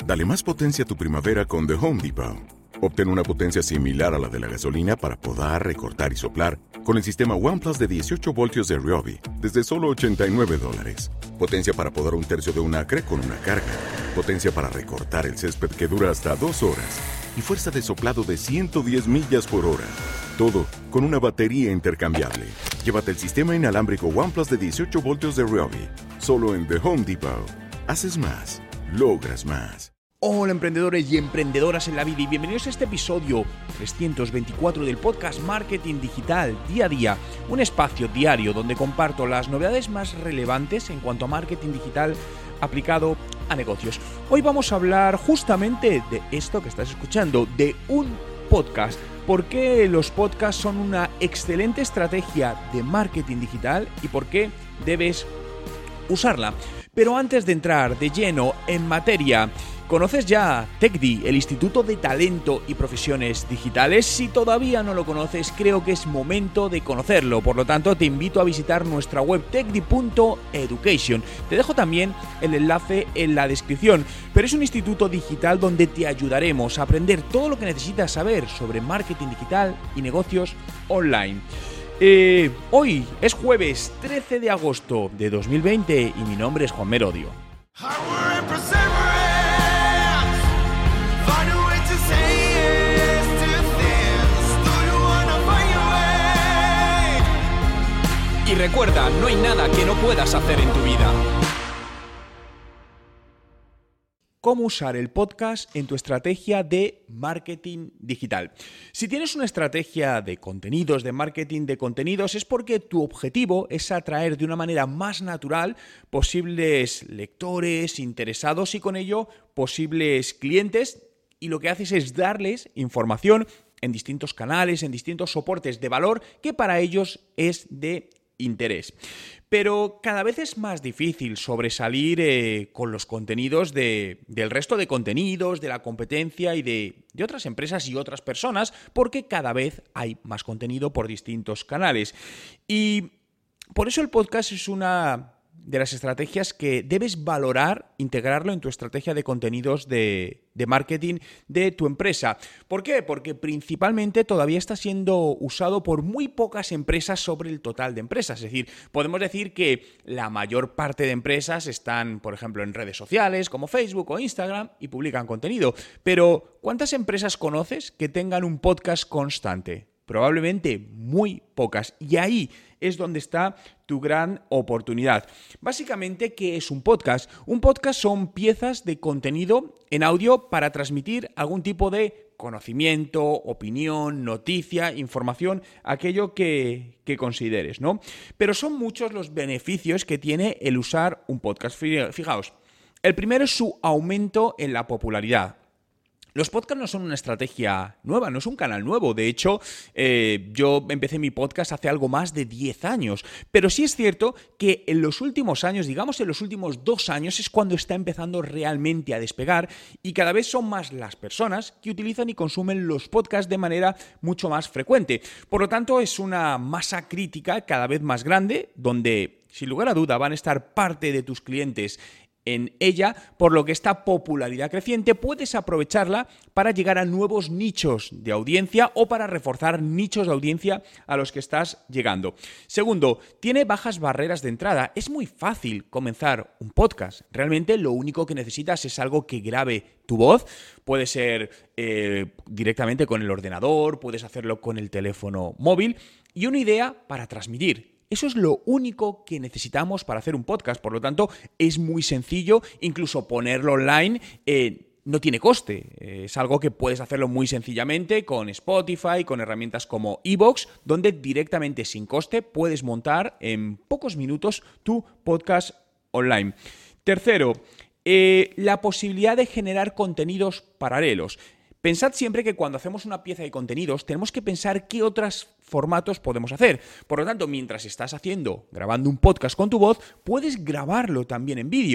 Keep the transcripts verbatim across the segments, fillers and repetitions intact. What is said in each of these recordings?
Dale más potencia a tu primavera con The Home Depot. Obtén una potencia similar a la de la gasolina para podar, recortar y soplar con el sistema OnePlus de dieciocho voltios de Ryobi desde solo ochenta y nueve dólares. Potencia para podar un tercio de un acre con una carga. Potencia para recortar el césped que dura hasta dos horas. Y fuerza de soplado de ciento diez millas por hora. Todo con una batería intercambiable. Llévate el sistema inalámbrico OnePlus de dieciocho voltios de Ryobi. Solo en The Home Depot. Haces más. Logras más. Hola emprendedores y emprendedoras en la vida y bienvenidos a este episodio trescientos veinticuatro del podcast Marketing Digital Día a Día, un espacio diario donde comparto las novedades más relevantes en cuanto a marketing digital aplicado a negocios. Hoy vamos a hablar justamente de esto que estás escuchando, de un podcast. ¿Por qué los podcasts son una excelente estrategia de marketing digital y por qué debes usarla? Pero antes de entrar de lleno en materia, ¿conoces ya TechDi, el Instituto de Talento y Profesiones Digitales? Si todavía no lo conoces, creo que es momento de conocerlo. Por lo tanto, te invito a visitar nuestra web techdi punto education. Te dejo también el enlace en la descripción. Pero es un instituto digital donde te ayudaremos a aprender todo lo que necesitas saber sobre marketing digital y negocios online. Eh, hoy es jueves trece de agosto de dos mil veinte y mi nombre es Juan Merodio. Y recuerda, no hay nada que no puedas hacer en tu vida. ¿Cómo usar el podcast en tu estrategia de marketing digital? Si tienes una estrategia de contenidos, de marketing de contenidos, es porque tu objetivo es atraer de una manera más natural posibles lectores, interesados y con ello posibles clientes, y lo que haces es darles información en distintos canales, en distintos soportes de valor que para ellos es de interés. Pero cada vez es más difícil sobresalir eh, con los contenidos de, del resto de contenidos, de la competencia y de, de otras empresas y otras personas, porque cada vez hay más contenido por distintos canales. Y por eso el podcast es una de las estrategias que debes valorar, integrarlo en tu estrategia de contenidos de, de marketing de tu empresa. ¿Por qué? Porque principalmente todavía está siendo usado por muy pocas empresas sobre el total de empresas. Es decir, podemos decir que la mayor parte de empresas están, por ejemplo, en redes sociales como Facebook o Instagram y publican contenido. Pero, ¿cuántas empresas conoces que tengan un podcast constante? Probablemente muy pocas. Y ahí es donde está tu gran oportunidad. Básicamente, ¿qué es un podcast? Un podcast son piezas de contenido en audio para transmitir algún tipo de conocimiento, opinión, noticia, información, aquello que, que consideres, ¿no? Pero son muchos los beneficios que tiene el usar un podcast. Fijaos, el primero es su aumento en la popularidad. Los podcasts no son una estrategia nueva, no es un canal nuevo. De hecho, eh, yo empecé mi podcast hace algo más de diez años. Pero sí es cierto que en los últimos años, digamos en los últimos dos años, es cuando está empezando realmente a despegar y cada vez son más las personas que utilizan y consumen los podcasts de manera mucho más frecuente. Por lo tanto, es una masa crítica cada vez más grande, donde, sin lugar a duda, van a estar parte de tus clientes en ella, por lo que esta popularidad creciente puedes aprovecharla para llegar a nuevos nichos de audiencia o para reforzar nichos de audiencia a los que estás llegando. Segundo, tiene bajas barreras de entrada. Es muy fácil comenzar un podcast. Realmente lo único que necesitas es algo que grabe tu voz. Puede ser eh, directamente con el ordenador, puedes hacerlo con el teléfono móvil y una idea para transmitir. Eso es lo único que necesitamos para hacer un podcast. Por lo tanto, es muy sencillo. Incluso ponerlo online eh, no tiene coste. Eh, es algo que puedes hacerlo muy sencillamente con Spotify, con herramientas como iVoox, donde directamente sin coste puedes montar en pocos minutos tu podcast online. Tercero, eh, la posibilidad de generar contenidos paralelos. Pensad siempre que cuando hacemos una pieza de contenidos tenemos que pensar qué otros formatos podemos hacer. Por lo tanto, mientras estás haciendo, grabando un podcast con tu voz, puedes grabarlo también en vídeo.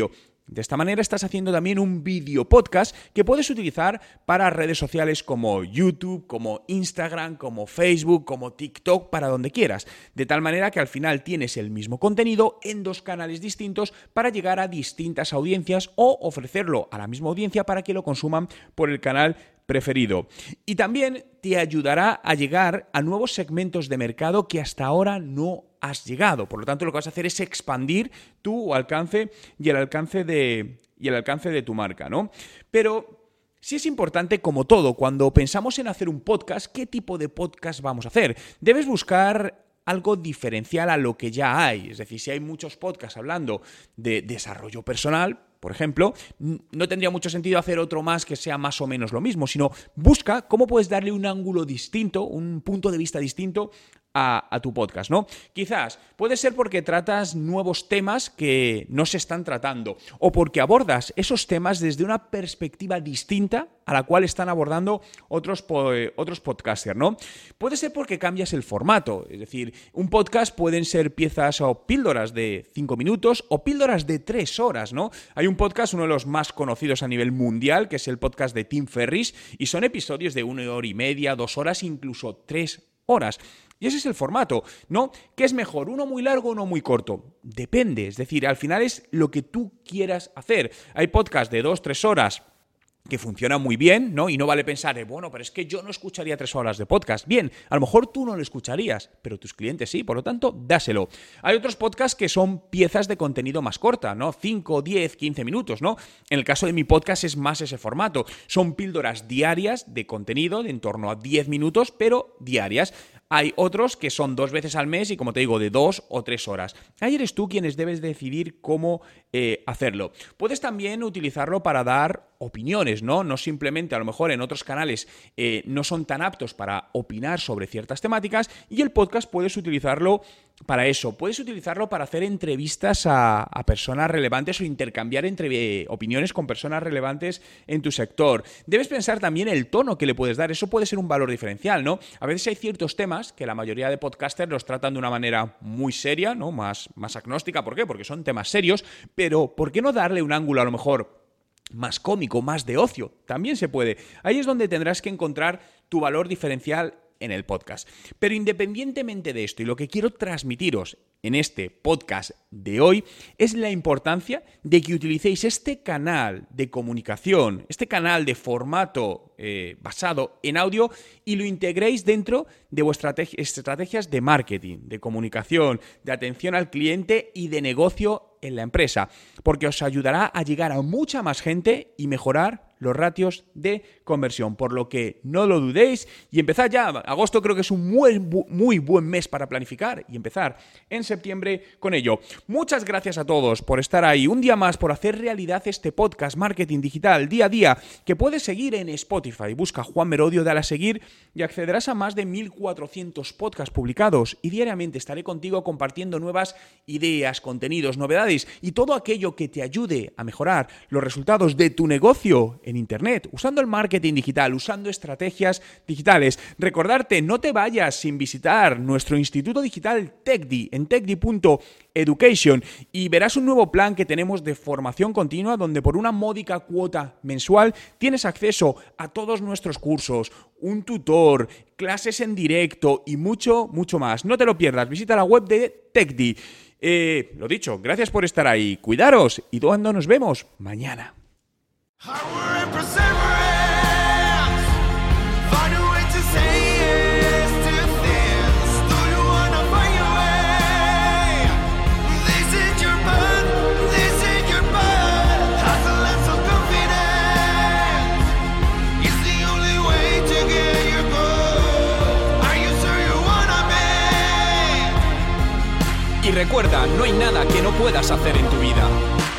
De esta manera estás haciendo también un vídeo podcast que puedes utilizar para redes sociales como YouTube, como Instagram, como Facebook, como TikTok, para donde quieras. De tal manera que al final tienes el mismo contenido en dos canales distintos para llegar a distintas audiencias o ofrecerlo a la misma audiencia para que lo consuman por el canal preferido. Y también te ayudará a llegar a nuevos segmentos de mercado que hasta ahora no has llegado. Por lo tanto, lo que vas a hacer es expandir tu alcance y el alcance de, y el alcance de tu marca, ¿no? Pero sí es importante, como todo, cuando pensamos en hacer un podcast, ¿qué tipo de podcast vamos a hacer? Debes buscar algo diferencial a lo que ya hay. Es decir, si hay muchos podcasts hablando de desarrollo personal, por ejemplo, no tendría mucho sentido hacer otro más que sea más o menos lo mismo, sino busca cómo puedes darle un ángulo distinto, un punto de vista distinto a, a tu podcast, ¿no? Quizás puede ser porque tratas nuevos temas que no se están tratando o porque abordas esos temas desde una perspectiva distinta a la cual están abordando otros, po- otros podcasters, ¿no? Puede ser porque cambias el formato, es decir, un podcast pueden ser piezas o píldoras de cinco minutos o píldoras de tres horas, ¿no? Hay un podcast, uno de los más conocidos a nivel mundial, que es el podcast de Tim Ferriss, y son episodios de una hora y media, dos horas, incluso tres horas. Y ese es el formato, ¿no? ¿Qué es mejor? ¿Uno muy largo o uno muy corto? Depende, es decir, al final es lo que tú quieras hacer. Hay podcasts de dos, tres horas que funciona muy bien, ¿no? Y no vale pensar, eh, bueno, pero es que yo no escucharía tres horas de podcast. Bien, a lo mejor tú no lo escucharías, pero tus clientes sí, por lo tanto, dáselo. Hay otros podcasts que son piezas de contenido más corta, ¿no? cinco, diez, quince minutos, ¿no? En el caso de mi podcast es más ese formato. Son píldoras diarias de contenido de en torno a diez minutos, pero diarias. Hay otros que son dos veces al mes y, como te digo, de dos o tres horas. Ahí eres tú quienes debes decidir cómo eh, hacerlo. Puedes también utilizarlo para dar opiniones, ¿no? No simplemente, a lo mejor en otros canales eh, no son tan aptos para opinar sobre ciertas temáticas y el podcast puedes utilizarlo para eso. Puedes utilizarlo para hacer entrevistas a, a personas relevantes o intercambiar entre, eh, opiniones con personas relevantes en tu sector. Debes pensar también el tono que le puedes dar. Eso puede ser un valor diferencial, ¿no? A veces hay ciertos temas que la mayoría de podcasters los tratan de una manera muy seria, ¿no? Más, más agnóstica. ¿Por qué? Porque son temas serios, pero ¿por qué no darle un ángulo a lo mejor más cómico, más de ocio? También se puede. Ahí es donde tendrás que encontrar tu valor diferencial en el podcast. Pero independientemente de esto, y lo que quiero transmitiros en este podcast de hoy es la importancia de que utilicéis este canal de comunicación, este canal de formato eh, basado en audio y lo integréis dentro de vuestras estrategias de marketing, de comunicación, de atención al cliente y de negocio en la empresa, porque os ayudará a llegar a mucha más gente y mejorar los ratios de conversión, por lo que no lo dudéis y empezad ya. Agosto creo que es un muy, muy buen mes para planificar y empezar en septiembre con ello. Muchas gracias a todos por estar ahí un día más, por hacer realidad este podcast Marketing Digital Día a Día, que puedes seguir en Spotify. Busca Juan Merodio, dale a seguir y accederás a más de mil cuatrocientos podcasts publicados y diariamente estaré contigo compartiendo nuevas ideas, contenidos, novedades y todo aquello que te ayude a mejorar los resultados de tu negocio en Internet, usando el marketing digital, usando estrategias digitales. Recordarte, no te vayas sin visitar nuestro Instituto Digital TechDi en techdi punto education y verás un nuevo plan que tenemos de formación continua donde por una módica cuota mensual tienes acceso a todos nuestros cursos, un tutor, clases en directo y mucho, mucho más. No te lo pierdas, visita la web de TechDi. Eh, lo dicho, gracias por estar ahí, cuidaros y cuando nos vemos mañana. Y recuerda, no hay nada que no puedas hacer en tu vida.